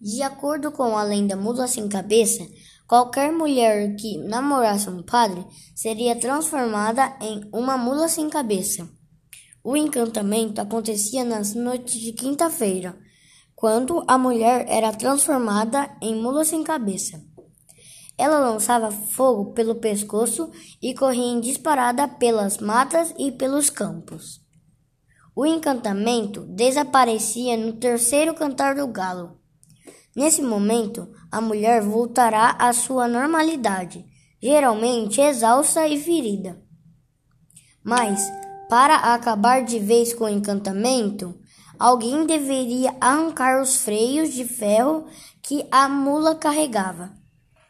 De acordo com a lenda Mula Sem Cabeça, qualquer mulher que namorasse um padre seria transformada em uma mula sem cabeça. O encantamento acontecia nas noites de quinta-feira, quando a mulher era transformada em mula sem cabeça. Ela lançava fogo pelo pescoço e corria em disparada pelas matas e pelos campos. O encantamento desaparecia no terceiro cantar do galo. Nesse momento, a mulher voltará à sua normalidade, geralmente exausta e ferida. Mas, para acabar de vez com o encantamento, alguém deveria arrancar os freios de ferro que a mula carregava.